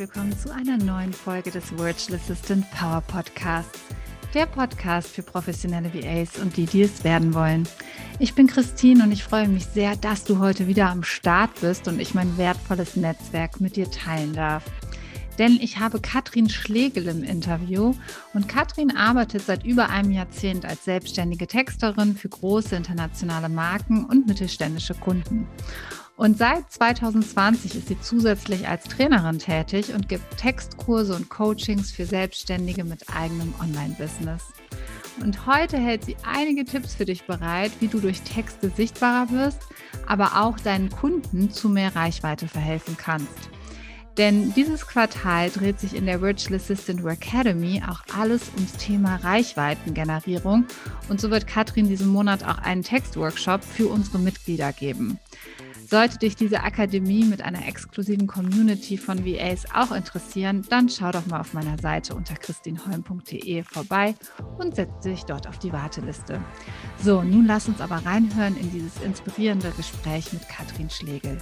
willkommen zu einer neuen Folge des Virtual Assistant Power Podcasts. Der Podcast für professionelle VAs und die es werden wollen. Ich bin Christine und ich freue mich sehr, dass du heute wieder am Start bist und ich mein wertvolles Netzwerk mit dir teilen darf. Denn ich habe Katrin Schlegel im Interview und Katrin arbeitet seit über einem Jahrzehnt als selbstständige Texterin für große internationale Marken und mittelständische Kunden. Und seit 2020 ist sie zusätzlich als Trainerin tätig und gibt Textkurse und Coachings für Selbstständige mit eigenem Online-Business. Und heute hält sie einige Tipps für dich bereit, wie du durch Texte sichtbarer wirst, aber auch deinen Kunden zu mehr Reichweite verhelfen kannst. Denn dieses Quartal dreht sich in der Virtual Assistant Academy auch alles ums Thema Reichweitengenerierung und so wird Katrin diesen Monat auch einen Textworkshop für unsere Mitglieder geben. Sollte dich diese Akademie mit einer exklusiven Community von VAs auch interessieren, dann schau doch mal auf meiner Seite unter christinholm.de vorbei und setze dich dort auf die Warteliste. So, nun lass uns aber reinhören in dieses inspirierende Gespräch mit Katrin Schlegel.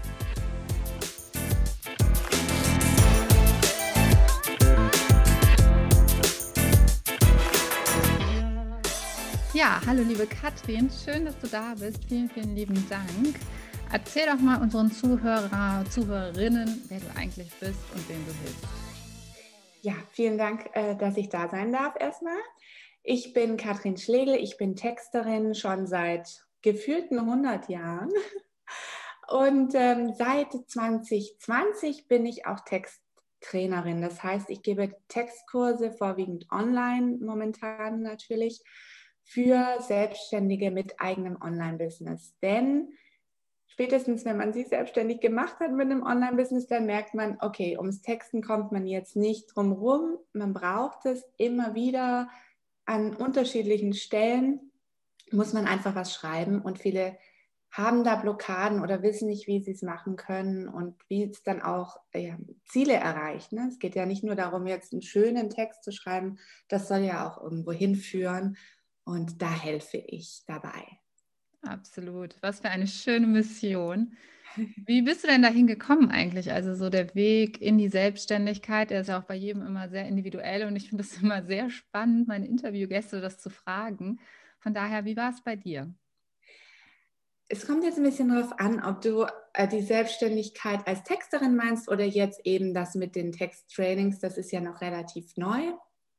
Ja, hallo liebe Katrin, schön, dass du da bist. Vielen, vielen lieben Dank. Erzähl doch mal unseren Zuhörerinnen, wer du eigentlich bist und wem du hilfst. Ja, vielen Dank, dass ich da sein darf erstmal. Ich bin Katrin Schlegel, ich bin Texterin schon seit gefühlten 100 Jahren und seit 2020 bin ich auch Texttrainerin. Das heißt, ich gebe Textkurse, vorwiegend online momentan natürlich, für Selbstständige mit eigenem Online-Business. Denn spätestens, wenn man sich selbstständig gemacht hat mit einem Online-Business, dann merkt man, okay, ums Texten kommt man jetzt nicht drum rum. Man braucht es immer wieder an unterschiedlichen Stellen, muss man einfach was schreiben und viele haben da Blockaden oder wissen nicht, wie sie es machen können und wie es dann auch Ziele erreicht. Ne? Es geht ja nicht nur darum, jetzt einen schönen Text zu schreiben, das soll ja auch irgendwo hinführen und da helfe ich dabei. Absolut. Was für eine schöne Mission. Wie bist du denn dahin gekommen eigentlich? Also so der Weg in die Selbstständigkeit, der ist ja auch bei jedem immer sehr individuell und ich finde es immer sehr spannend, meine Interviewgäste das zu fragen. Von daher, wie war es bei dir? Es kommt jetzt ein bisschen darauf an, ob du die Selbstständigkeit als Texterin meinst oder jetzt eben das mit den Texttrainings, das ist ja noch relativ neu.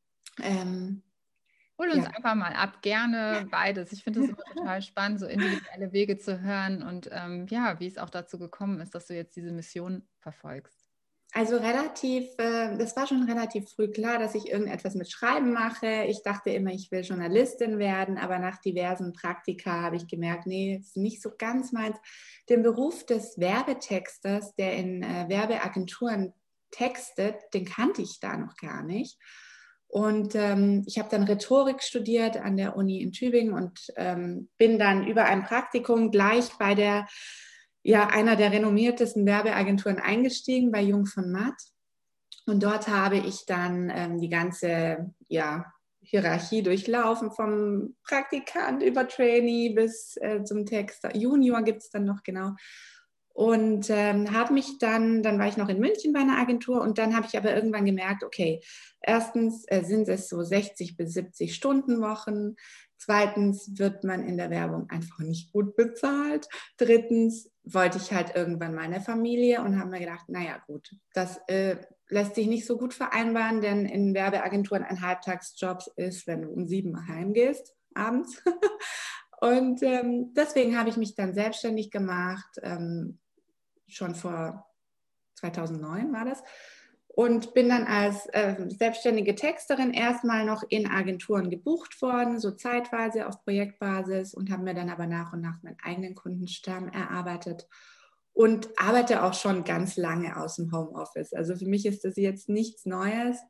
Hol uns einfach mal ab, gerne beides. Ich finde es immer total spannend, so individuelle Wege zu hören und wie es auch dazu gekommen ist, dass du jetzt diese Mission verfolgst. Also das war schon relativ früh klar, dass ich irgendetwas mit Schreiben mache. Ich dachte immer, ich will Journalistin werden, aber nach diversen Praktika habe ich gemerkt, nee, das ist nicht so ganz meins. Den Beruf des Werbetexters, der in Werbeagenturen textet, den kannte ich da noch gar nicht. Und ich habe dann Rhetorik studiert an der Uni in Tübingen und bin dann über ein Praktikum gleich bei einer der renommiertesten Werbeagenturen eingestiegen, bei Jung von Matt. Und dort habe ich dann die ganze Hierarchie durchlaufen, vom Praktikant über Trainee bis zum Texter. Junior gibt es dann noch, genau. Und habe mich dann war ich noch in München bei einer Agentur und dann habe ich aber irgendwann gemerkt, okay, erstens sind es so 60 bis 70 Stunden Wochen, zweitens wird man in der Werbung einfach nicht gut bezahlt, drittens wollte ich halt irgendwann meine Familie und habe mir gedacht, naja gut, das lässt sich nicht so gut vereinbaren, denn in Werbeagenturen ein Halbtagsjob ist, wenn du um 7 heimgehst abends. Und deswegen habe ich mich dann selbstständig gemacht, schon vor 2009 war das. Und bin dann als selbstständige Texterin erstmal noch in Agenturen gebucht worden, so zeitweise auf Projektbasis und habe mir dann aber nach und nach meinen eigenen Kundenstamm erarbeitet und arbeite auch schon ganz lange aus dem Homeoffice. Also für mich ist das jetzt nichts Neues.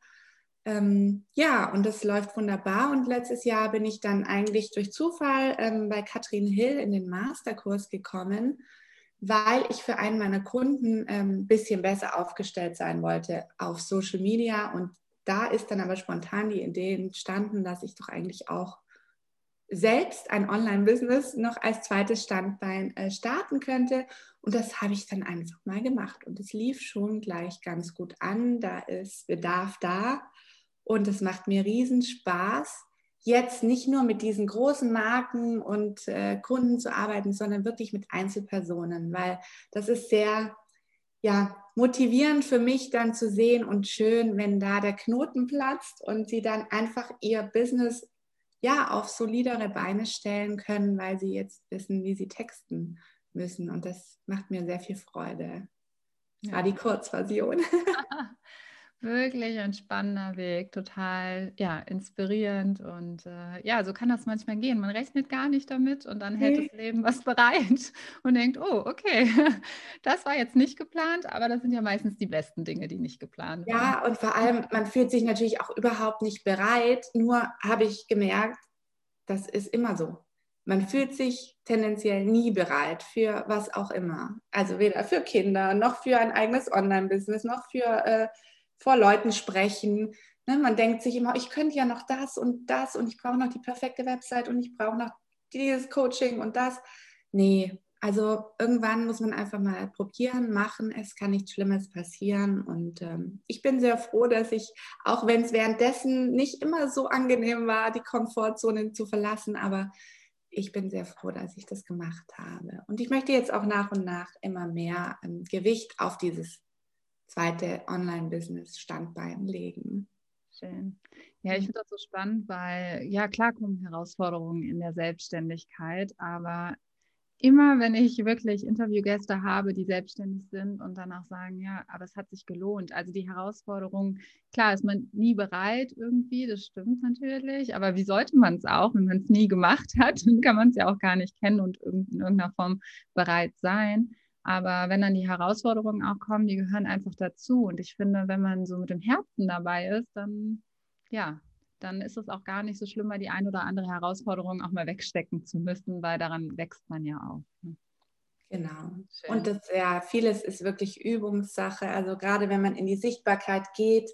Und das läuft wunderbar. Und letztes Jahr bin ich dann eigentlich durch Zufall bei Katrin Hill in den Masterkurs gekommen, weil ich für einen meiner Kunden ein bisschen besser aufgestellt sein wollte auf Social Media. Und da ist dann aber spontan die Idee entstanden, dass ich doch eigentlich auch selbst ein Online-Business noch als zweites Standbein starten könnte. Und das habe ich dann einfach mal gemacht. Und es lief schon gleich ganz gut an. Da ist Bedarf da. Und es macht mir riesen Spaß, jetzt nicht nur mit diesen großen Marken und Kunden zu arbeiten, sondern wirklich mit Einzelpersonen, weil das ist sehr motivierend für mich dann zu sehen und schön, wenn da der Knoten platzt und sie dann einfach ihr Business auf solidere Beine stellen können, weil sie jetzt wissen, wie sie texten müssen. Und das macht mir sehr viel Freude. Das war die Kurzversion. Wirklich ein spannender Weg, total inspirierend und so kann das manchmal gehen. Man rechnet gar nicht damit und dann hält das Leben was bereit und denkt, oh, okay, das war jetzt nicht geplant, aber das sind ja meistens die besten Dinge, die nicht geplant waren. Ja, und vor allem, man fühlt sich natürlich auch überhaupt nicht bereit, nur habe ich gemerkt, das ist immer so. Man fühlt sich tendenziell nie bereit für was auch immer. Also weder für Kinder, noch für ein eigenes Online-Business, noch für vor Leuten sprechen. Ne? Man denkt sich immer, ich könnte ja noch das und ich brauche noch die perfekte Website und ich brauche noch dieses Coaching und das. Nee, also irgendwann muss man einfach mal probieren, machen. Es kann nichts Schlimmes passieren. Und ich bin sehr froh, dass ich, auch wenn es währenddessen nicht immer so angenehm war, die Komfortzone zu verlassen, aber ich bin sehr froh, dass ich das gemacht habe. Und ich möchte jetzt auch nach und nach immer mehr Gewicht auf dieses zweite Online-Business-Standbein legen. Schön. Ja, ich finde das so spannend, weil klar kommen Herausforderungen in der Selbstständigkeit, aber immer, wenn ich wirklich Interviewgäste habe, die selbstständig sind und danach sagen, ja, aber es hat sich gelohnt. Also die Herausforderung, klar ist man nie bereit irgendwie, das stimmt natürlich, aber wie sollte man es auch, wenn man es nie gemacht hat, dann kann man es ja auch gar nicht kennen und in irgendeiner Form bereit sein. Aber wenn dann die Herausforderungen auch kommen, die gehören einfach dazu. Und ich finde, wenn man so mit dem Herzen dabei ist, dann ist es auch gar nicht so schlimm, mal die ein oder andere Herausforderung auch mal wegstecken zu müssen, weil daran wächst man ja auch. Genau. Schön. Und das, vieles ist wirklich Übungssache. Also gerade wenn man in die Sichtbarkeit geht,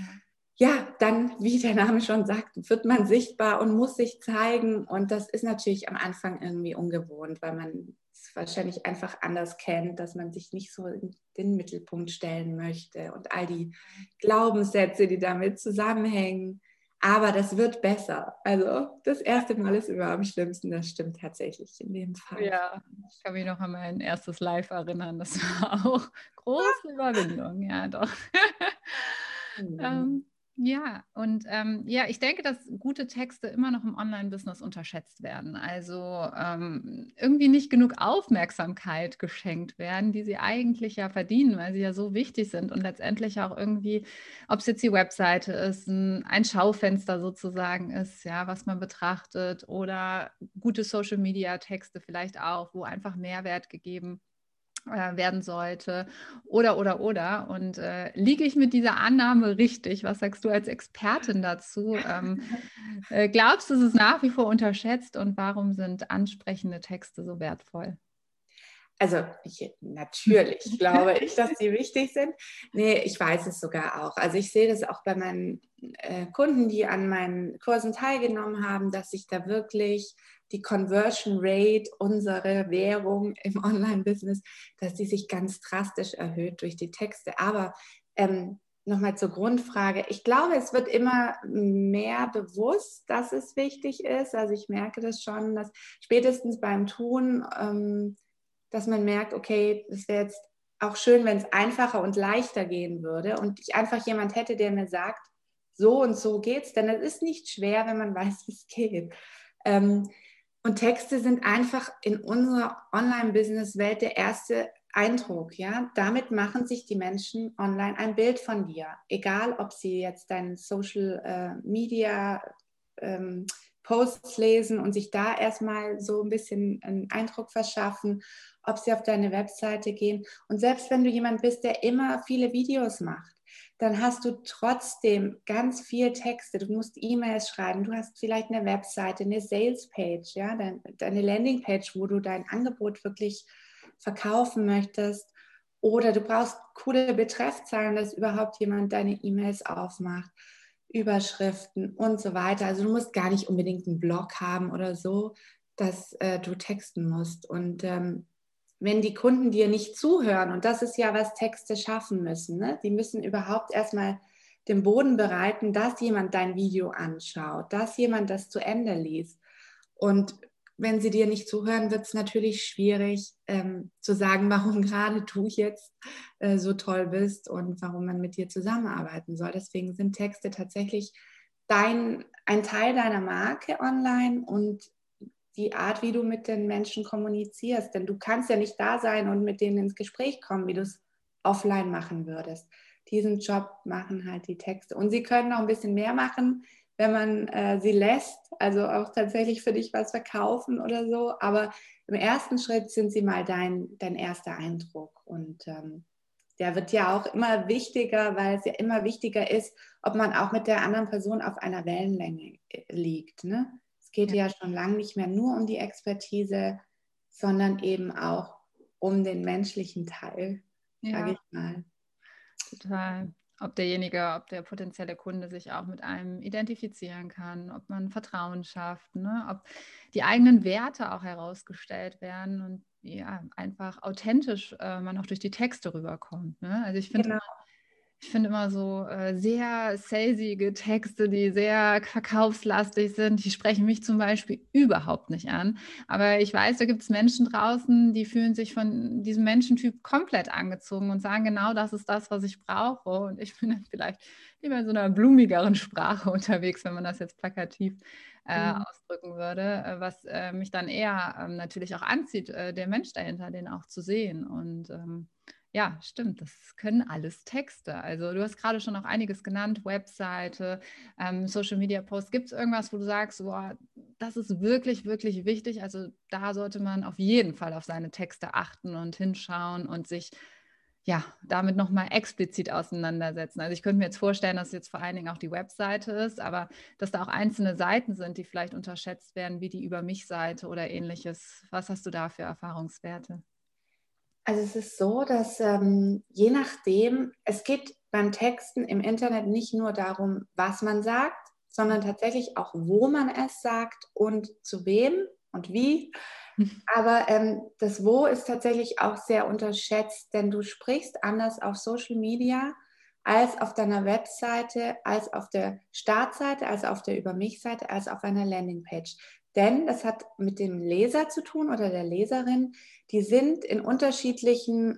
dann, wie der Name schon sagt, wird man sichtbar und muss sich zeigen. Und das ist natürlich am Anfang irgendwie ungewohnt, weil man es wahrscheinlich einfach anders kennt, dass man sich nicht so in den Mittelpunkt stellen möchte und all die Glaubenssätze, die damit zusammenhängen. Aber das wird besser. Also das erste Mal ist immer am schlimmsten. Das stimmt tatsächlich in dem Fall. Ja, ich kann mich noch an mein erstes Live erinnern. Das war auch große Überwindung, ja doch. Ich denke, dass gute Texte immer noch im Online-Business unterschätzt werden. Also irgendwie nicht genug Aufmerksamkeit geschenkt werden, die sie eigentlich ja verdienen, weil sie ja so wichtig sind und letztendlich auch irgendwie, ob es jetzt die Webseite ist, ein Schaufenster sozusagen ist, ja, was man betrachtet oder gute Social-Media-Texte vielleicht auch, wo einfach Mehrwert gegeben werden sollte oder. Und liege ich mit dieser Annahme richtig? Was sagst du als Expertin dazu? Glaubst du, es ist nach wie vor unterschätzt und warum sind ansprechende Texte so wertvoll? Also natürlich glaube ich, dass die wichtig sind. Nee, ich weiß es sogar auch. Also ich sehe das auch bei meinen Kunden, die an meinen Kursen teilgenommen haben, dass sich da wirklich die Conversion Rate, unsere Währung im Online-Business, dass die sich ganz drastisch erhöht durch die Texte. Aber nochmal zur Grundfrage. Ich glaube, es wird immer mehr bewusst, dass es wichtig ist. Also ich merke das schon, dass spätestens beim Tun dass man merkt, okay, es wäre jetzt auch schön, wenn es einfacher und leichter gehen würde und ich einfach jemand hätte, der mir sagt, so und so geht's, denn es ist nicht schwer, wenn man weiß, wie es geht. Und Texte sind einfach in unserer Online-Business-Welt der erste Eindruck. Ja? Damit machen sich die Menschen online ein Bild von dir. Egal, ob sie jetzt deinen Social-Media Posts lesen und sich da erstmal so ein bisschen einen Eindruck verschaffen, ob sie auf deine Webseite gehen. Und selbst wenn du jemand bist, der immer viele Videos macht, dann hast du trotzdem ganz viel Texte. Du musst E-Mails schreiben, du hast vielleicht eine Webseite, eine Sales-Page, ja, deine Landing-Page, wo du dein Angebot wirklich verkaufen möchtest. Oder du brauchst coole Betreffzahlen, dass überhaupt jemand deine E-Mails aufmacht. Überschriften und so weiter. Also du musst gar nicht unbedingt einen Blog haben oder so, dass du texten musst. Und wenn die Kunden dir nicht zuhören, und das ist ja, was Texte schaffen müssen, ne? Die müssen überhaupt erstmal den Boden bereiten, dass jemand dein Video anschaut, dass jemand das zu Ende liest. Und wenn sie dir nicht zuhören, wird es natürlich schwierig zu sagen, warum gerade du jetzt so toll bist und warum man mit dir zusammenarbeiten soll. Deswegen sind Texte tatsächlich ein Teil deiner Marke online und die Art, wie du mit den Menschen kommunizierst. Denn du kannst ja nicht da sein und mit denen ins Gespräch kommen, wie du es offline machen würdest. Diesen Job machen halt die Texte. Und sie können auch ein bisschen mehr machen, wenn man sie lässt. Also auch tatsächlich für dich was verkaufen oder so. Aber im ersten Schritt sind sie mal dein erster Eindruck. Und der wird ja auch immer wichtiger, weil es ja immer wichtiger ist, ob man auch mit der anderen Person auf einer Wellenlänge liegt. Ne? Es geht ja schon lange nicht mehr nur um die Expertise, sondern eben auch um den menschlichen Teil, sage ich mal. Total. Ob der potenzielle Kunde sich auch mit einem identifizieren kann, ob man Vertrauen schafft, ne? Ob die eigenen Werte auch herausgestellt werden und ja, einfach authentisch man auch durch die Texte rüberkommt. Ne? Also ich finde immer so sehr salesige Texte, die sehr verkaufslastig sind, die sprechen mich zum Beispiel überhaupt nicht an. Aber ich weiß, da gibt es Menschen draußen, die fühlen sich von diesem Menschentyp komplett angezogen und sagen, genau das ist das, was ich brauche. Und ich bin dann vielleicht lieber in so einer blumigeren Sprache unterwegs, wenn man das jetzt plakativ ausdrücken würde, was mich dann eher natürlich auch anzieht, der Mensch dahinter, den auch zu sehen. Und ja, stimmt. Das können alles Texte. Also du hast gerade schon auch einiges genannt, Webseite, Social Media Posts. Gibt es irgendwas, wo du sagst, boah, das ist wirklich, wirklich wichtig? Also da sollte man auf jeden Fall auf seine Texte achten und hinschauen und sich ja damit nochmal explizit auseinandersetzen. Also ich könnte mir jetzt vorstellen, dass jetzt vor allen Dingen auch die Webseite ist, aber dass da auch einzelne Seiten sind, die vielleicht unterschätzt werden, wie die Über mich-Seite oder ähnliches. Was hast du da für Erfahrungswerte? Also es ist so, dass je nachdem, es geht beim Texten im Internet nicht nur darum, was man sagt, sondern tatsächlich auch, wo man es sagt und zu wem und wie. Aber das Wo ist tatsächlich auch sehr unterschätzt, denn du sprichst anders auf Social Media als auf deiner Webseite, als auf der Startseite, als auf der Über mich-Seite, als auf einer Landingpage. Denn das hat mit dem Leser zu tun oder der Leserin. Die sind in unterschiedlichen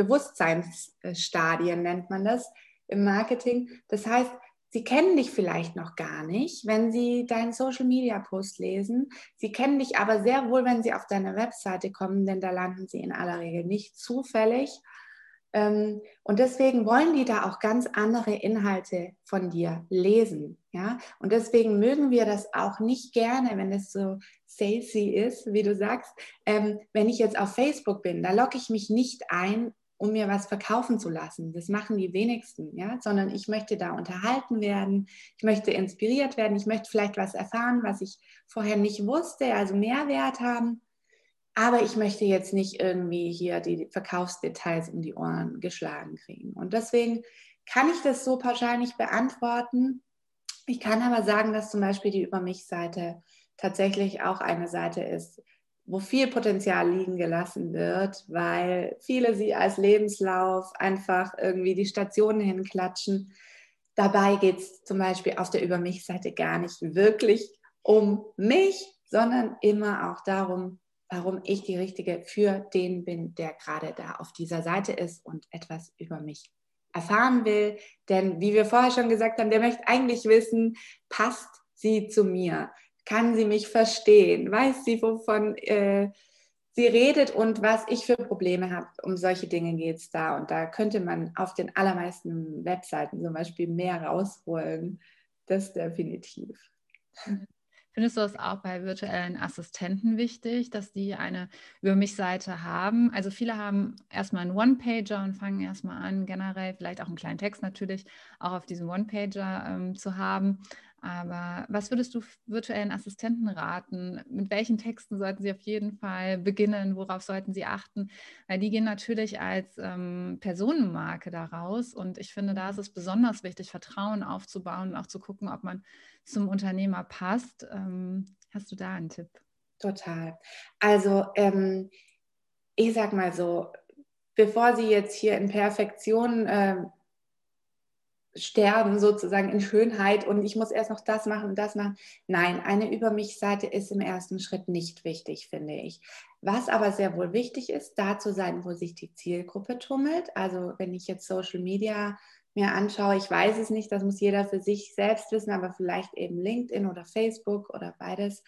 Bewusstseinsstadien, nennt man das im Marketing. Das heißt, sie kennen dich vielleicht noch gar nicht, wenn sie deinen Social-Media-Post lesen. Sie kennen dich aber sehr wohl, wenn sie auf deine Webseite kommen, denn da landen sie in aller Regel nicht zufällig. Und deswegen wollen die da auch ganz andere Inhalte von dir lesen. Ja? Und deswegen mögen wir das auch nicht gerne, wenn es so salesy ist, wie du sagst. Wenn ich jetzt auf Facebook bin, da logge ich mich nicht ein, um mir was verkaufen zu lassen. Das machen die wenigsten, ja? Sondern ich möchte da unterhalten werden, ich möchte inspiriert werden, ich möchte vielleicht was erfahren, was ich vorher nicht wusste, also Mehrwert haben. Aber ich möchte jetzt nicht irgendwie hier die Verkaufsdetails um die Ohren geschlagen kriegen. Und deswegen kann ich das so pauschal nicht beantworten. Ich kann aber sagen, dass zum Beispiel die Über mich-Seite tatsächlich auch eine Seite ist, wo viel Potenzial liegen gelassen wird, weil viele sie als Lebenslauf einfach irgendwie die Stationen hinklatschen. Dabei geht es zum Beispiel auf der Über mich-Seite gar nicht wirklich um mich, sondern immer auch darum, warum ich die Richtige für den bin, der gerade da auf dieser Seite ist und etwas über mich erfahren will. Denn wie wir vorher schon gesagt haben, der möchte eigentlich wissen, passt sie zu mir? Kann sie mich verstehen? Weiß sie, wovon sie redet und was ich für Probleme habe? Um solche Dinge geht es da. Und da könnte man auf den allermeisten Webseiten zum Beispiel mehr rausholen. Das definitiv. Findest du das auch bei virtuellen Assistenten wichtig, dass die eine Über mich-Seite haben? Also viele haben erstmal einen One-Pager und fangen erstmal an, generell vielleicht auch einen kleinen Text natürlich auch auf diesem One-Pager zu haben. Aber was würdest du virtuellen Assistenten raten? Mit welchen Texten sollten sie auf jeden Fall beginnen? Worauf sollten sie achten? Weil die gehen natürlich als Personenmarke daraus. Und ich finde, da ist es besonders wichtig, Vertrauen aufzubauen und auch zu gucken, ob man zum Unternehmer passt. Hast du da einen Tipp? Total. Also ich sag mal so, bevor Sie jetzt hier in Perfektion sterben, sozusagen in Schönheit und ich muss erst noch das machen und das machen. Nein, eine Über-mich-Seite ist im ersten Schritt nicht wichtig, finde ich. Was aber sehr wohl wichtig ist, da zu sein, wo sich die Zielgruppe tummelt. Also wenn ich jetzt Social Media mir anschaue, ich weiß es nicht, das muss jeder für sich selbst wissen, aber vielleicht eben LinkedIn oder Facebook oder beides,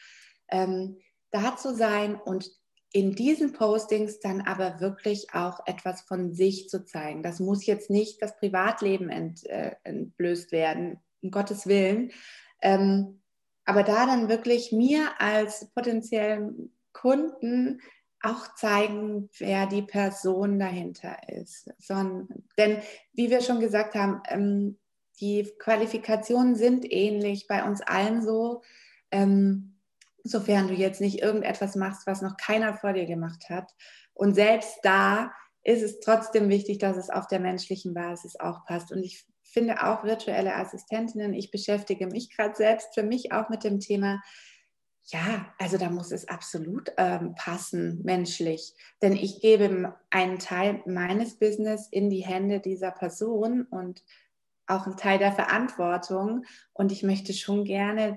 da zu sein und in diesen Postings dann aber wirklich auch etwas von sich zu zeigen. Das muss jetzt nicht das Privatleben entblößt werden, um Gottes Willen. Aber da dann wirklich mir als potenziellen Kunden auch zeigen, wer die Person dahinter ist. Denn wie wir schon gesagt haben, die Qualifikationen sind ähnlich bei uns allen so. Sofern du jetzt nicht irgendetwas machst, was noch keiner vor dir gemacht hat. Und selbst da ist es trotzdem wichtig, dass es auf der menschlichen Basis auch passt. Und ich finde auch virtuelle Assistentinnen, ich beschäftige mich gerade selbst für mich auch mit dem Thema, ja, also da muss es absolut passen, menschlich. Denn ich gebe einen Teil meines Business in die Hände dieser Person und auch einen Teil der Verantwortung. Und ich möchte schon gerne,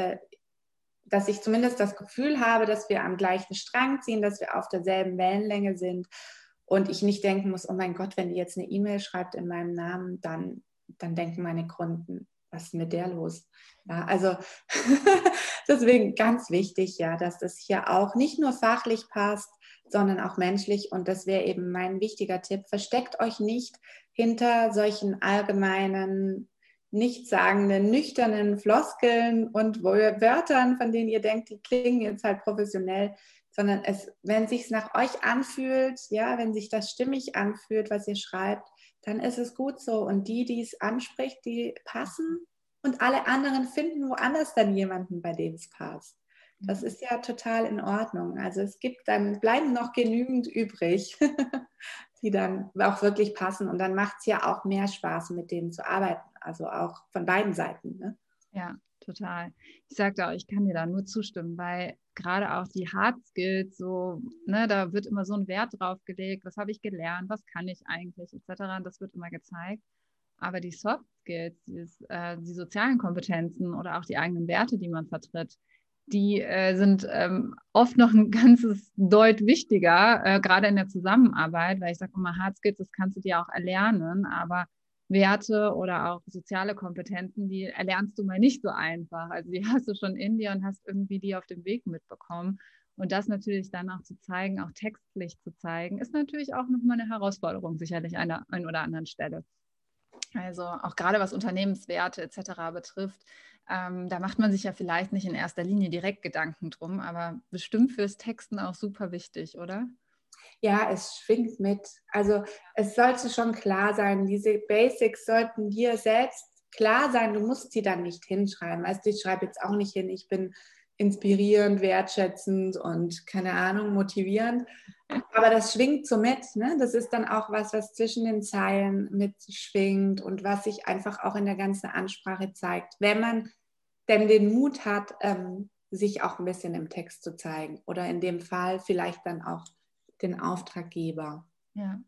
dass ich zumindest das Gefühl habe, dass wir am gleichen Strang ziehen, dass wir auf derselben Wellenlänge sind und ich nicht denken muss, oh mein Gott, wenn die jetzt eine E-Mail schreibt in meinem Namen, dann denken meine Kunden, was ist mit der los? Ja, also deswegen ganz wichtig, ja, dass das hier auch nicht nur fachlich passt, sondern auch menschlich und das wäre eben mein wichtiger Tipp. Versteckt euch nicht hinter solchen allgemeinen nichtssagenden, nüchternen Floskeln und Wörtern, von denen ihr denkt, die klingen jetzt halt professionell, sondern wenn es sich nach euch anfühlt, ja, wenn sich das stimmig anfühlt, was ihr schreibt, dann ist es gut so. Und die es anspricht, die passen und alle anderen finden woanders dann jemanden, bei dem es passt. Das ist ja total in Ordnung. Also dann bleiben noch genügend übrig, die dann auch wirklich passen. Und dann macht es ja auch mehr Spaß, mit denen zu arbeiten. Also auch von beiden Seiten. Ne? Ja, total. Ich sagte auch, ich kann dir da nur zustimmen, weil gerade auch die Hard Skills, so, ne, da wird immer so ein Wert drauf gelegt, was habe ich gelernt, was kann ich eigentlich, etc. Das wird immer gezeigt. Aber die Soft Skills, die sozialen Kompetenzen oder auch die eigenen Werte, die man vertritt, die sind oft noch ein ganzes Deut wichtiger, gerade in der Zusammenarbeit, weil ich sage immer, Hard Skills, das kannst du dir auch erlernen, aber Werte oder auch soziale Kompetenzen, die erlernst du mal nicht so einfach. Also die hast du schon in dir und hast irgendwie die auf dem Weg mitbekommen. Und das natürlich dann auch zu zeigen, auch textlich zu zeigen, ist natürlich auch nochmal eine Herausforderung, sicherlich an der einen oder anderen Stelle. Also auch gerade was Unternehmenswerte etc. betrifft, da macht man sich ja vielleicht nicht in erster Linie direkt Gedanken drum, aber bestimmt fürs Texten auch super wichtig, oder? Ja, es schwingt mit. Also es sollte schon klar sein, diese Basics sollten dir selbst klar sein. Du musst sie dann nicht hinschreiben. Also ich schreibe jetzt auch nicht hin, ich bin inspirierend, wertschätzend und keine Ahnung, motivierend. Aber das schwingt so mit. Ne? Das ist dann auch was zwischen den Zeilen mitschwingt und was sich einfach auch in der ganzen Ansprache zeigt. Wenn man denn den Mut hat, sich auch ein bisschen im Text zu zeigen oder in dem Fall vielleicht dann auch den Auftraggeber. Ja.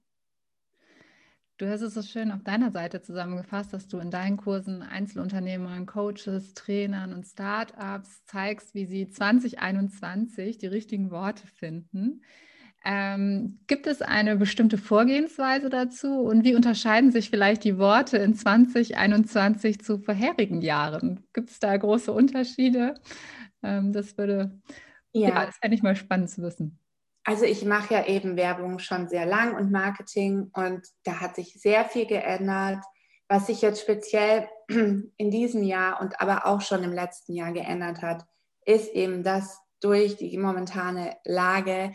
Du hast es so schön auf deiner Seite zusammengefasst, dass du in deinen Kursen Einzelunternehmern, Coaches, Trainern und Startups zeigst, wie sie 2021 die richtigen Worte finden. Gibt es eine bestimmte Vorgehensweise dazu und wie unterscheiden sich vielleicht die Worte in 2021 zu vorherigen Jahren? Gibt es da große Unterschiede? Das fände ich mal spannend zu wissen. Also ich mache ja eben Werbung schon sehr lang und Marketing und da hat sich sehr viel geändert. Was sich jetzt speziell in diesem Jahr und aber auch schon im letzten Jahr geändert hat, ist eben, dass durch die momentane Lage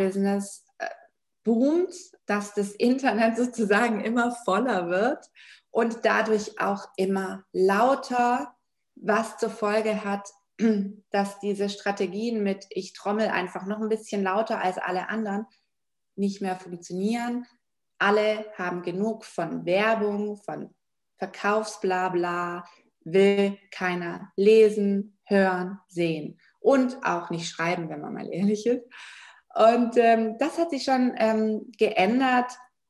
Online-Business boomt, dass das Internet sozusagen immer voller wird und dadurch auch immer lauter, was zur Folge hat, dass diese Strategien mit ich trommel einfach noch ein bisschen lauter als alle anderen nicht mehr funktionieren. Alle haben genug von Werbung, von Verkaufsblabla, will keiner lesen, hören, sehen und auch nicht schreiben, wenn man mal ehrlich ist. Und das hat sich schon geändert.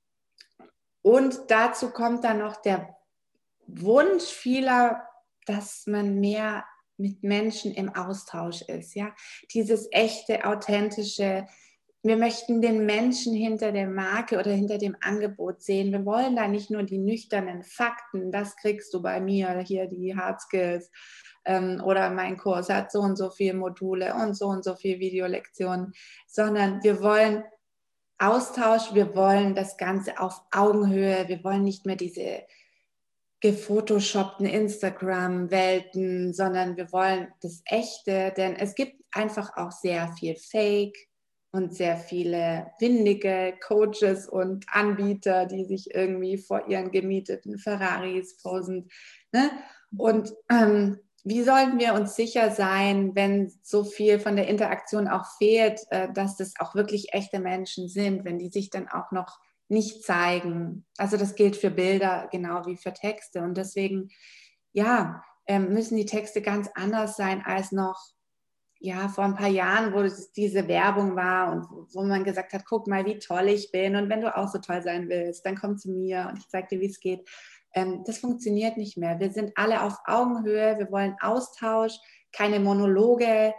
Und dazu kommt dann noch der Wunsch vieler, dass man mehr mit Menschen im Austausch ist. Ja? Dieses echte, authentische. Wir möchten den Menschen hinter der Marke oder hinter dem Angebot sehen. Wir wollen da nicht nur die nüchternen Fakten, das kriegst du bei mir, hier die Hard Skills oder mein Kurs hat so und so viele Module und so viele Videolektionen, sondern wir wollen Austausch, wir wollen das Ganze auf Augenhöhe, wir wollen nicht mehr diese gefotoshoppten Instagram-Welten, sondern wir wollen das Echte, denn es gibt einfach auch sehr viel Fake und sehr viele windige Coaches und Anbieter, die sich irgendwie vor ihren gemieteten Ferraris posen. Ne? Und wie sollten wir uns sicher sein, wenn so viel von der Interaktion auch fehlt, dass das auch wirklich echte Menschen sind, wenn die sich dann auch noch nicht zeigen. Also das gilt für Bilder genau wie für Texte. Und deswegen, ja, müssen die Texte ganz anders sein als noch vor ein paar Jahren, wo es diese Werbung war und wo man gesagt hat, guck mal, wie toll ich bin. Und wenn du auch so toll sein willst, dann komm zu mir und ich zeige dir, wie es geht. Das funktioniert nicht mehr. Wir sind alle auf Augenhöhe, wir wollen Austausch, keine Monologe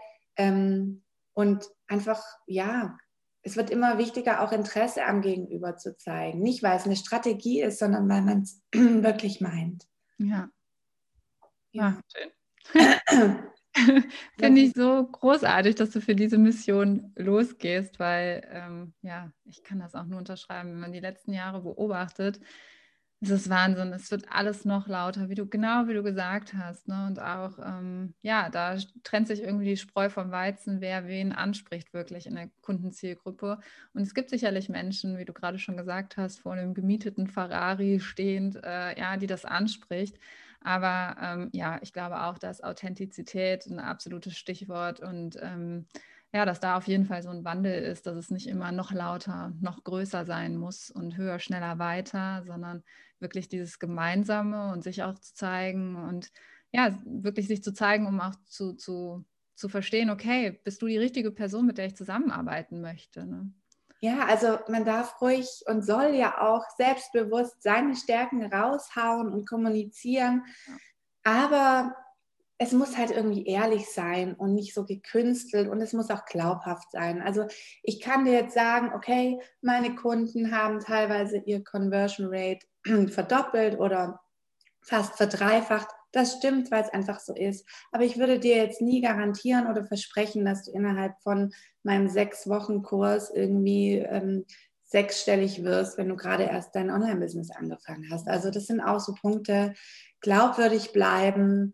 und einfach, es wird immer wichtiger, auch Interesse am Gegenüber zu zeigen. Nicht, weil es eine Strategie ist, sondern weil man es wirklich meint. Ja. Ja. Schön. Finde ich so großartig, dass du für diese Mission losgehst, weil ich kann das auch nur unterschreiben, wenn man die letzten Jahre beobachtet. Es ist Wahnsinn, es wird alles noch lauter, wie du gesagt hast. Ne? Und auch, da trennt sich irgendwie die Spreu vom Weizen, wer wen anspricht wirklich in der Kundenzielgruppe. Und es gibt sicherlich Menschen, wie du gerade schon gesagt hast, vor einem gemieteten Ferrari stehend, die das anspricht. Aber ich glaube auch, dass Authentizität ein absolutes Stichwort und dass da auf jeden Fall so ein Wandel ist, dass es nicht immer noch lauter, noch größer sein muss und höher, schneller, weiter, sondern wirklich dieses Gemeinsame und sich auch zu zeigen und wirklich sich zu zeigen, um auch zu verstehen, okay, bist du die richtige Person, mit der ich zusammenarbeiten möchte, ne? Ja, also man darf ruhig und soll ja auch selbstbewusst seine Stärken raushauen und kommunizieren, aber es muss halt irgendwie ehrlich sein und nicht so gekünstelt und es muss auch glaubhaft sein. Also ich kann dir jetzt sagen, okay, meine Kunden haben teilweise ihr Conversion Rate verdoppelt oder fast verdreifacht. Das stimmt, weil es einfach so ist. Aber ich würde dir jetzt nie garantieren oder versprechen, dass du innerhalb von meinem 6-Wochen-Kurs irgendwie sechsstellig wirst, wenn du gerade erst dein Online-Business angefangen hast. Also das sind auch so Punkte, glaubwürdig bleiben,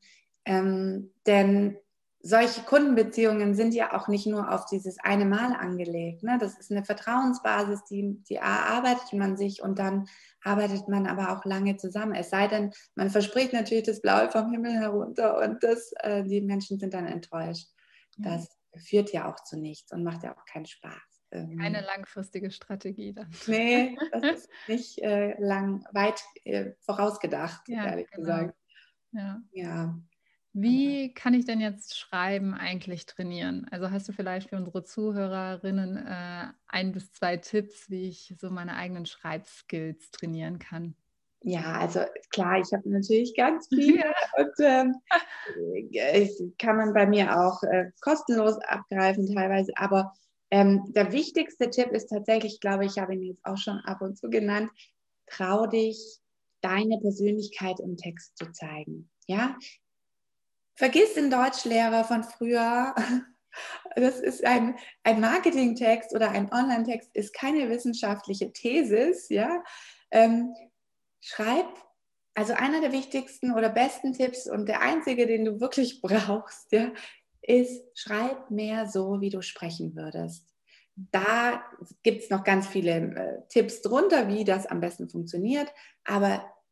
denn solche Kundenbeziehungen sind ja auch nicht nur auf dieses eine Mal angelegt. Ne? Das ist eine Vertrauensbasis, die erarbeitet man sich und dann arbeitet man aber auch lange zusammen. Es sei denn, man verspricht natürlich das Blaue vom Himmel herunter und die Menschen sind dann enttäuscht. Ja. Das führt ja auch zu nichts und macht ja auch keinen Spaß. Keine langfristige Strategie dann. Nee, das ist nicht weit vorausgedacht, ehrlich gesagt. Ja. Wie kann ich denn jetzt Schreiben eigentlich trainieren? Also hast du vielleicht für unsere Zuhörerinnen 1 bis 2 Tipps, wie ich so meine eigenen Schreibskills trainieren kann? Ja, also klar, ich habe natürlich ganz viele und kann man bei mir auch kostenlos abgreifen teilweise, aber der wichtigste Tipp ist tatsächlich, glaube ich, habe ihn jetzt auch schon ab und zu genannt, trau dich, deine Persönlichkeit im Text zu zeigen. Ja? Vergiss den Deutschlehrer von früher. Das ist ein Marketingtext oder ein Online-Text, ist keine wissenschaftliche Thesis. Ja? Schreib, also einer der wichtigsten oder besten Tipps und der einzige, den du wirklich brauchst, ja, ist, schreib mehr so, wie du sprechen würdest. Da gibt es noch ganz viele Tipps drunter, wie das am besten funktioniert, aber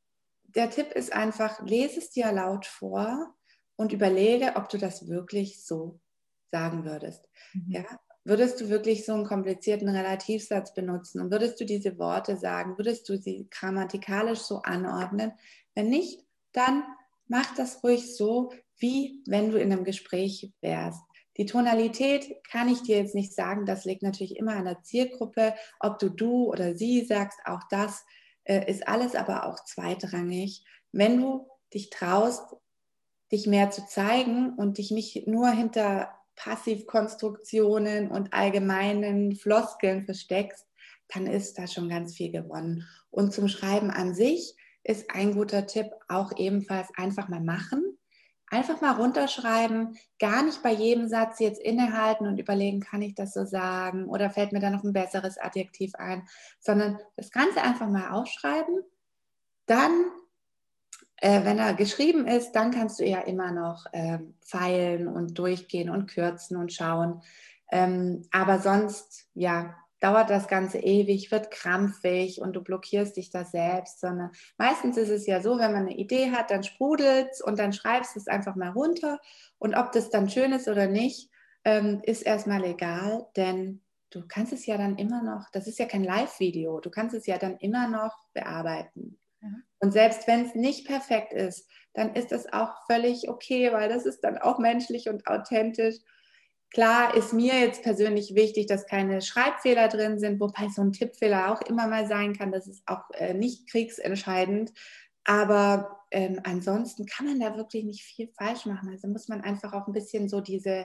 der Tipp ist einfach, lese es dir laut vor und überlege, ob du das wirklich so sagen würdest. Ja? Würdest du wirklich so einen komplizierten Relativsatz benutzen und würdest du diese Worte sagen, würdest du sie grammatikalisch so anordnen? Wenn nicht, dann mach das ruhig so, wie wenn du in einem Gespräch wärst. Die Tonalität kann ich dir jetzt nicht sagen, das liegt natürlich immer an der Zielgruppe, ob du oder sie sagst, auch das ist alles aber auch zweitrangig. Wenn du dich traust, dich mehr zu zeigen und dich nicht nur hinter Passivkonstruktionen und allgemeinen Floskeln versteckst, dann ist da schon ganz viel gewonnen. Und zum Schreiben an sich ist ein guter Tipp auch ebenfalls einfach mal machen. Einfach mal runterschreiben, gar nicht bei jedem Satz jetzt innehalten und überlegen, kann ich das so sagen oder fällt mir da noch ein besseres Adjektiv ein, sondern das Ganze einfach mal aufschreiben. Dann, wenn er geschrieben ist, dann kannst du ja immer noch feilen und durchgehen und kürzen und schauen. Aber sonst, ja, dauert das Ganze ewig, wird krampfig und du blockierst dich da selbst, sondern meistens ist es ja so, wenn man eine Idee hat, dann sprudelt es und dann schreibst du es einfach mal runter und ob das dann schön ist oder nicht, ist erstmal egal, denn du kannst es ja dann immer noch, das ist ja kein Live-Video, du kannst es ja dann immer noch bearbeiten. Ja. Und selbst wenn es nicht perfekt ist, dann ist das auch völlig okay, weil das ist dann auch menschlich und authentisch. Klar ist mir jetzt persönlich wichtig, dass keine Schreibfehler drin sind, wobei so ein Tippfehler auch immer mal sein kann. Das ist auch nicht kriegsentscheidend. Aber ansonsten kann man da wirklich nicht viel falsch machen. Also muss man einfach auch ein bisschen so diese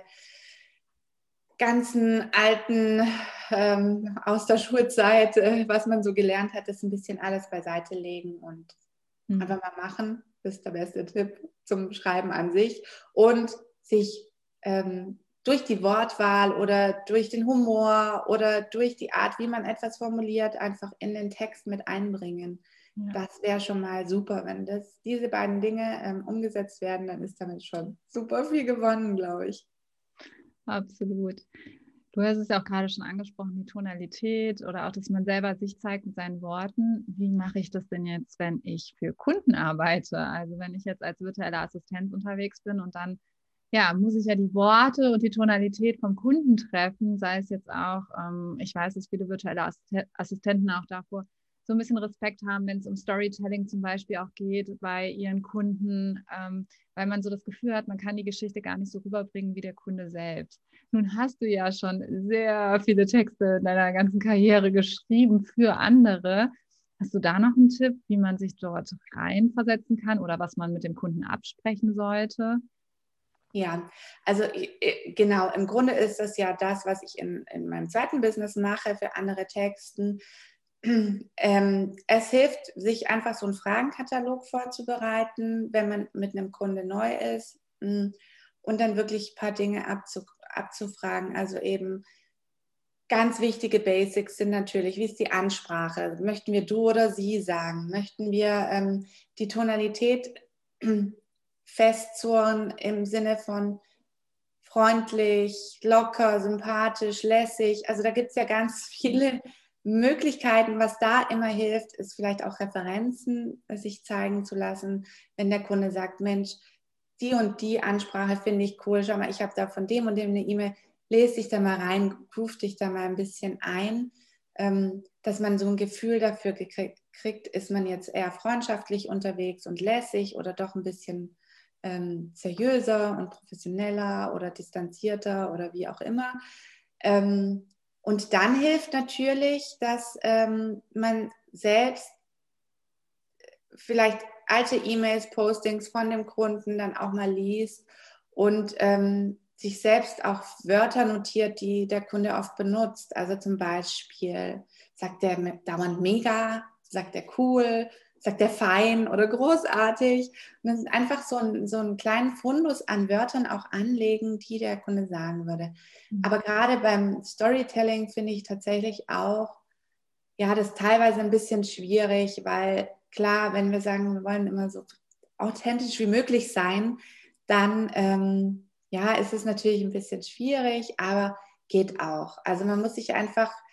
ganzen alten aus der Schulzeit, was man so gelernt hat, das ein bisschen alles beiseite legen und einfach mal machen. Das ist der beste Tipp zum Schreiben an sich. Und sich durch die Wortwahl oder durch den Humor oder durch die Art, wie man etwas formuliert, einfach in den Text mit einbringen. Ja. Das wäre schon mal super. Wenn diese beiden Dinge umgesetzt werden, dann ist damit schon super viel gewonnen, glaube ich. Absolut. Du hast es ja auch gerade schon angesprochen, die Tonalität oder auch, dass man selber sich zeigt mit seinen Worten. Wie mache ich das denn jetzt, wenn ich für Kunden arbeite? Also wenn ich jetzt als virtuelle Assistenz unterwegs bin und dann muss ich ja die Worte und die Tonalität vom Kunden treffen, sei es jetzt auch, ich weiß, dass viele virtuelle Assistenten auch davor so ein bisschen Respekt haben, wenn es um Storytelling zum Beispiel auch geht bei ihren Kunden, weil man so das Gefühl hat, man kann die Geschichte gar nicht so rüberbringen wie der Kunde selbst. Nun hast du ja schon sehr viele Texte in deiner ganzen Karriere geschrieben für andere. Hast du da noch einen Tipp, wie man sich dort reinversetzen kann oder was man mit dem Kunden absprechen sollte? Ja, also genau, im Grunde ist das ja das, was ich in meinem zweiten Business mache für andere Texten. Es hilft, sich einfach so einen Fragenkatalog vorzubereiten, wenn man mit einem Kunde neu ist und dann wirklich ein paar Dinge abzufragen. Also eben ganz wichtige Basics sind natürlich, wie ist die Ansprache? Möchten wir du oder sie sagen? Möchten wir die Tonalität festzurren im Sinne von freundlich, locker, sympathisch, lässig? Also da gibt es ja ganz viele Möglichkeiten. Was da immer hilft, ist vielleicht auch Referenzen sich zeigen zu lassen, wenn der Kunde sagt, Mensch, die und die Ansprache finde ich cool, schau mal, ich habe da von dem und dem eine E-Mail, lese dich da mal rein, groove dich da mal ein bisschen ein, dass man so ein Gefühl dafür kriegt, ist man jetzt eher freundschaftlich unterwegs und lässig oder doch ein bisschen seriöser und professioneller oder distanzierter oder wie auch immer. Und dann hilft natürlich, dass man selbst vielleicht alte E-Mails, Postings von dem Kunden dann auch mal liest und sich selbst auch Wörter notiert, die der Kunde oft benutzt. Also zum Beispiel sagt der dauernd mega, sagt der cool, sagt der fein oder großartig. Und das ist einfach so einen kleinen Fundus an Wörtern auch anlegen, die der Kunde sagen würde. Aber gerade beim Storytelling finde ich tatsächlich auch, ja, das ist teilweise ein bisschen schwierig, weil klar, wenn wir sagen, wir wollen immer so authentisch wie möglich sein, dann ist es natürlich ein bisschen schwierig, aber geht auch. Also man muss sich einfach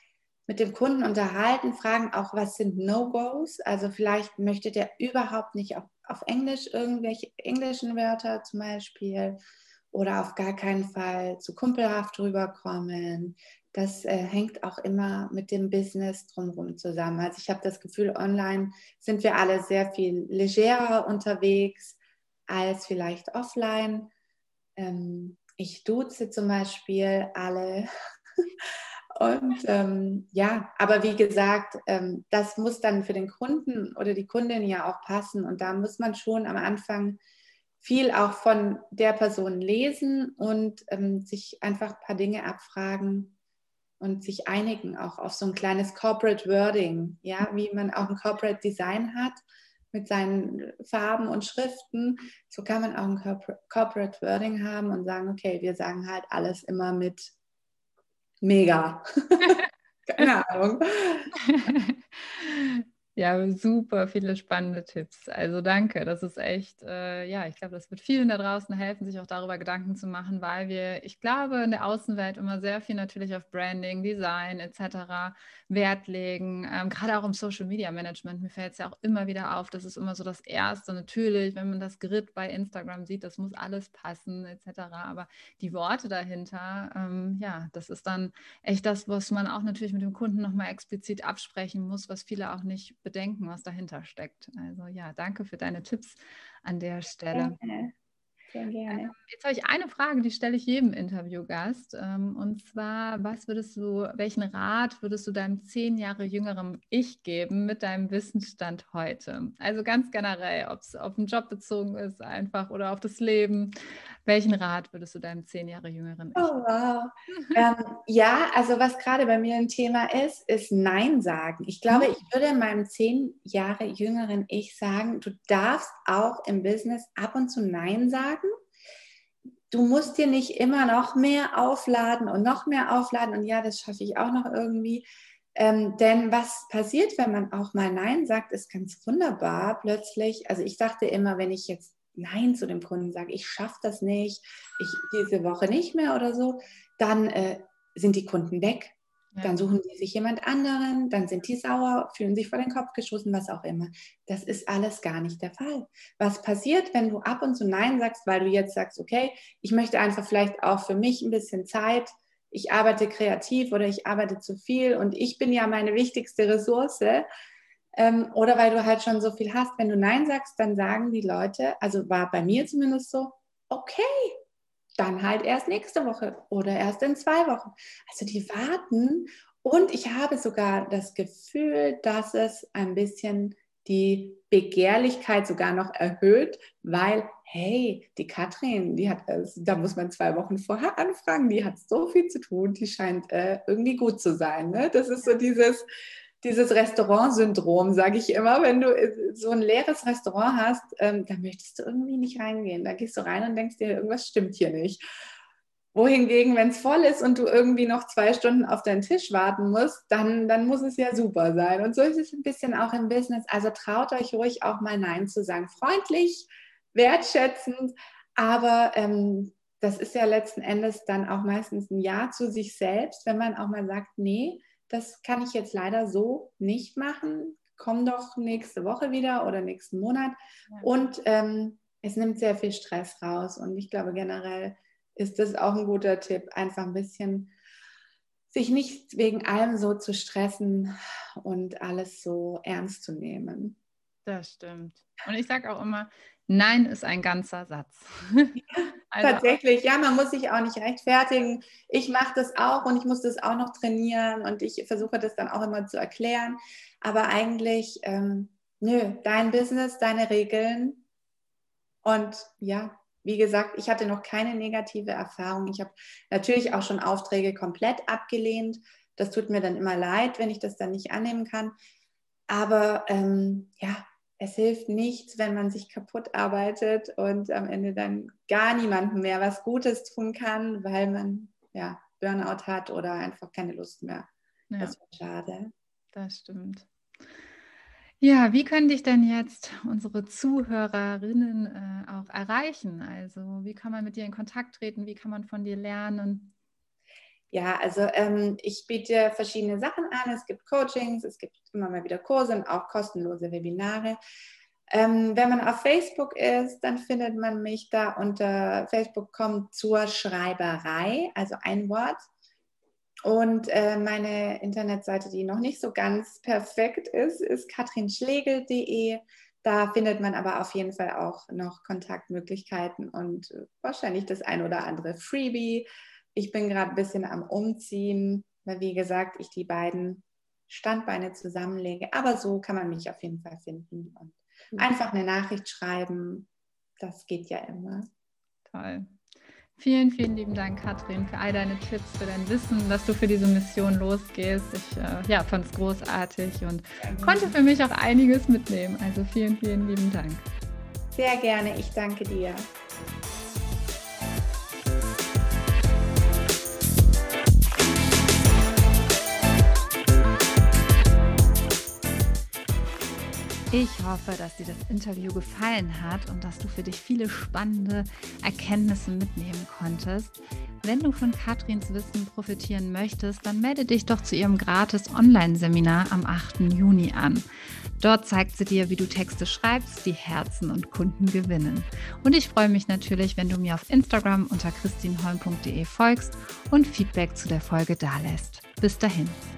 mit dem Kunden unterhalten, fragen auch, was sind No-Gos? Also vielleicht möchte der überhaupt nicht auf Englisch irgendwelche englischen Wörter zum Beispiel oder auf gar keinen Fall zu kumpelhaft rüberkommen. Das hängt auch immer mit dem Business drumherum zusammen. Also ich habe das Gefühl, online sind wir alle sehr viel legerer unterwegs als vielleicht offline. Ich duze zum Beispiel alle. Und ja, aber wie gesagt, das muss dann für den Kunden oder die Kundin ja auch passen. Und da muss man schon am Anfang viel auch von der Person lesen und sich einfach ein paar Dinge abfragen und sich einigen auch auf so ein kleines Corporate Wording, ja, wie man auch ein Corporate Design hat mit seinen Farben und Schriften. So kann man auch ein Corporate Wording haben und sagen, okay, wir sagen halt alles immer mit mega. Keine Ahnung. Ja, super viele spannende Tipps. Also danke, das ist echt, ja, ich glaube, das wird vielen da draußen helfen, sich auch darüber Gedanken zu machen, weil wir, ich glaube, in der Außenwelt immer sehr viel natürlich auf Branding, Design etc. Wert legen, gerade auch im Social Media Management. Mir fällt es ja auch immer wieder auf, das ist immer so das Erste. Natürlich, wenn man das Grid bei Instagram sieht, das muss alles passen etc. Aber die Worte dahinter, ja, das ist dann echt das, was man auch natürlich mit dem Kunden nochmal explizit absprechen muss, was viele auch nicht bedenken, was dahinter steckt. Also ja, danke für deine Tipps an der Stelle. Gerne. Sehr gerne. Jetzt habe ich eine Frage, die stelle ich jedem Interviewgast. Und zwar, welchen Rat würdest du deinem 10 Jahre jüngeren Ich geben mit deinem Wissensstand heute? Also ganz generell, ob es auf den Job bezogen ist einfach oder auf das Leben. Welchen Rat würdest du deinem 10 Jahre jüngeren Ich Oh, wow. Ja, also was gerade bei mir ein Thema ist Nein sagen. Ich glaube, geben? ich würde meinem 10 Jahre jüngeren Ich sagen, du darfst auch im Business ab und zu Nein sagen. Du musst dir nicht immer noch mehr aufladen und noch mehr aufladen und ja, das schaffe ich auch noch irgendwie. Denn was passiert, wenn man auch mal Nein sagt, ist ganz wunderbar plötzlich. Also ich dachte immer, wenn ich jetzt Nein zu dem Kunden sage, ich schaffe das nicht, ich diese Woche nicht mehr oder so, dann sind die Kunden weg. Ja. Dann suchen die sich jemand anderen, dann sind die sauer, fühlen sich vor den Kopf gestoßen, was auch immer. Das ist alles gar nicht der Fall. Was passiert, wenn du ab und zu Nein sagst, weil du jetzt sagst, okay, ich möchte einfach vielleicht auch für mich ein bisschen Zeit, ich arbeite kreativ oder ich arbeite zu viel und ich bin ja meine wichtigste Ressource. Oder weil du halt schon so viel hast. Wenn du Nein sagst, dann sagen die Leute, also war bei mir zumindest so, okay, dann halt erst nächste Woche oder erst in 2 Wochen. Also die warten und ich habe sogar das Gefühl, dass es ein bisschen die Begehrlichkeit sogar noch erhöht, weil, hey, die Katrin, die hat es, da muss man 2 Wochen vorher anfragen, die hat so viel zu tun, die scheint irgendwie gut zu sein. Ne? Das ist so dieses Restaurant-Syndrom, sage ich immer, wenn du so ein leeres Restaurant hast, da möchtest du irgendwie nicht reingehen. Da gehst du rein und denkst dir, irgendwas stimmt hier nicht. Wohingegen, wenn es voll ist und du irgendwie noch 2 Stunden auf deinen Tisch warten musst, dann muss es ja super sein. Und so ist es ein bisschen auch im Business. Also traut euch ruhig auch mal Nein zu sagen. Freundlich, wertschätzend, aber das ist ja letzten Endes dann auch meistens ein Ja zu sich selbst, wenn man auch mal sagt, nee, das kann ich jetzt leider so nicht machen. Komm doch nächste Woche wieder oder nächsten Monat. Ja. Und es nimmt sehr viel Stress raus. Und ich glaube generell ist das auch ein guter Tipp, einfach ein bisschen sich nicht wegen allem so zu stressen und alles so ernst zu nehmen. Das stimmt. Und ich sage auch immer, Nein ist ein ganzer Satz. Also tatsächlich, ja, man muss sich auch nicht rechtfertigen. Ich mache das auch und ich muss das auch noch trainieren und ich versuche das dann auch immer zu erklären. Aber eigentlich, nö, dein Business, deine Regeln. Und ja, wie gesagt, ich hatte noch keine negative Erfahrung. Ich habe natürlich auch schon Aufträge komplett abgelehnt. Das tut mir dann immer leid, wenn ich das dann nicht annehmen kann. Aber ja, es hilft nichts, wenn man sich kaputt arbeitet und am Ende dann gar niemandem mehr was Gutes tun kann, weil man ja Burnout hat oder einfach keine Lust mehr. Ja, das wäre schade. Das stimmt. Ja, wie können dich denn jetzt unsere Zuhörerinnen auch erreichen? Also wie kann man mit dir in Kontakt treten? Wie kann man von dir lernen? Ja, also ich biete verschiedene Sachen an. Es gibt Coachings, es gibt immer mal wieder Kurse und auch kostenlose Webinare. Wenn man auf Facebook ist, dann findet man mich da unter Facebook.com zur Schreiberei, also ein Wort. Und meine Internetseite, die noch nicht so ganz perfekt ist katrinschlegel.de. Da findet man aber auf jeden Fall auch noch Kontaktmöglichkeiten und wahrscheinlich das ein oder andere Freebie. Ich bin gerade ein bisschen am Umziehen, weil wie gesagt, ich die beiden Standbeine zusammenlege. Aber so kann man mich auf jeden Fall finden und einfach eine Nachricht schreiben. Das geht ja immer. Toll. Vielen, vielen lieben Dank, Katrin, für all deine Tipps, für dein Wissen, dass du für diese Mission losgehst. Ich fand es großartig und konnte für mich auch einiges mitnehmen. Also vielen, vielen lieben Dank. Sehr gerne, ich danke dir. Ich hoffe, dass dir das Interview gefallen hat und dass du für dich viele spannende Erkenntnisse mitnehmen konntest. Wenn du von Katrins Wissen profitieren möchtest, dann melde dich doch zu ihrem gratis Online-Seminar am 8. Juni an. Dort zeigt sie dir, wie du Texte schreibst, die Herzen und Kunden gewinnen. Und ich freue mich natürlich, wenn du mir auf Instagram unter christinholm.de folgst und Feedback zu der Folge dalässt. Bis dahin.